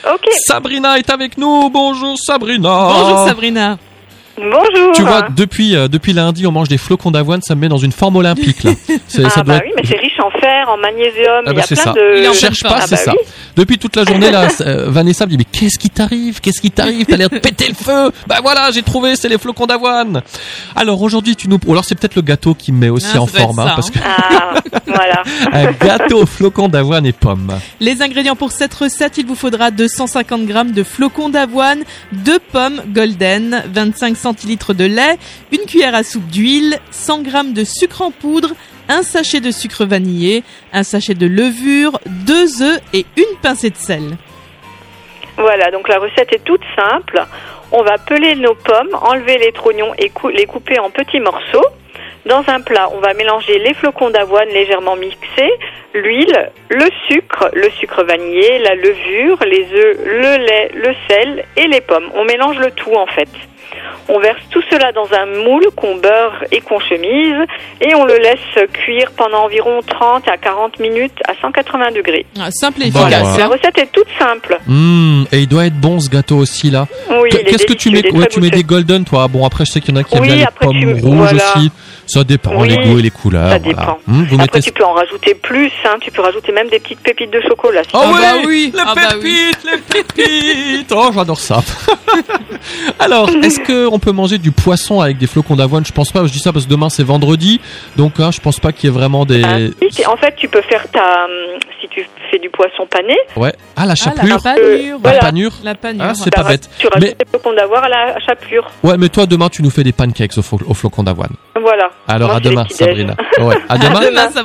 Ok. Sabrina est avec nous. Bonjour Sabrina. Bonjour Sabrina. Bonjour. Tu vois, depuis lundi, on mange des flocons d'avoine, ça me met dans une forme olympique là. Oui, mais c'est riche en fer, en magnésium, il y a c'est plein ça. de... Il en Cherche pas, c'est ça. oui. Depuis toute la journée là, Vanessa me dit mais qu'est-ce qui t'arrive? T'as l'air de péter le feu. Bah voilà, j'ai trouvé, c'est les flocons d'avoine. Alors aujourd'hui, alors c'est peut-être le gâteau qui me met aussi en forme, parce que voilà. un gâteau aux flocons d'avoine et pommes. Les ingrédients pour cette recette, il vous faudra 250 g de flocons d'avoine, 2 pommes golden, 25 centilitres de lait, une cuillère à soupe d'huile, 100 g de sucre en poudre, un sachet de sucre vanillé, un sachet de levure, 2 œufs et une pincée de sel. Voilà, donc la recette est toute simple. On va peler nos pommes, enlever les trognons et les couper en petits morceaux. Dans un plat, on va mélanger les flocons d'avoine légèrement mixés, l'huile, le sucre vanillé, la levure, les œufs, le lait, le sel et les pommes. On mélange le tout en fait. On verse tout cela dans un moule qu'on beurre et qu'on chemise et on le laisse cuire pendant environ 30 à 40 minutes à 180 degrés. Simple et Voilà. efficace. La recette est toute simple. Et il doit être bon ce gâteau aussi là. Oui, Qu'est-ce que tu mets? Ouais, tu mets des golden toi. Bon après je sais qu'il y en a qui aiment bien les pommes rouges aussi. Ça dépend les goûts et les couleurs. Ça dépend. Vous Après tu peux en rajouter plus, tu peux rajouter même des petites pépites de chocolat. Oh oui, les pépites. Oh j'adore ça. Alors est-ce qu'on peut manger du poisson avec des flocons d'avoine? Je pense pas. Je dis ça parce que demain c'est vendredi, donc je pense pas qu'il y ait vraiment des. En fait, tu peux faire si tu fais du poisson pané. Ouais. La chapelure. La panure. La panure. La panure. C'est pas bête. Tu rajoutes des flocons d'avoine à la chapelure. Ouais, mais toi demain tu nous fais des pancakes aux flocons d'avoine. Voilà. Alors Moi, à demain c'est les petits-déj. Sabrina. Ouais, à demain. À demain, Sabrina.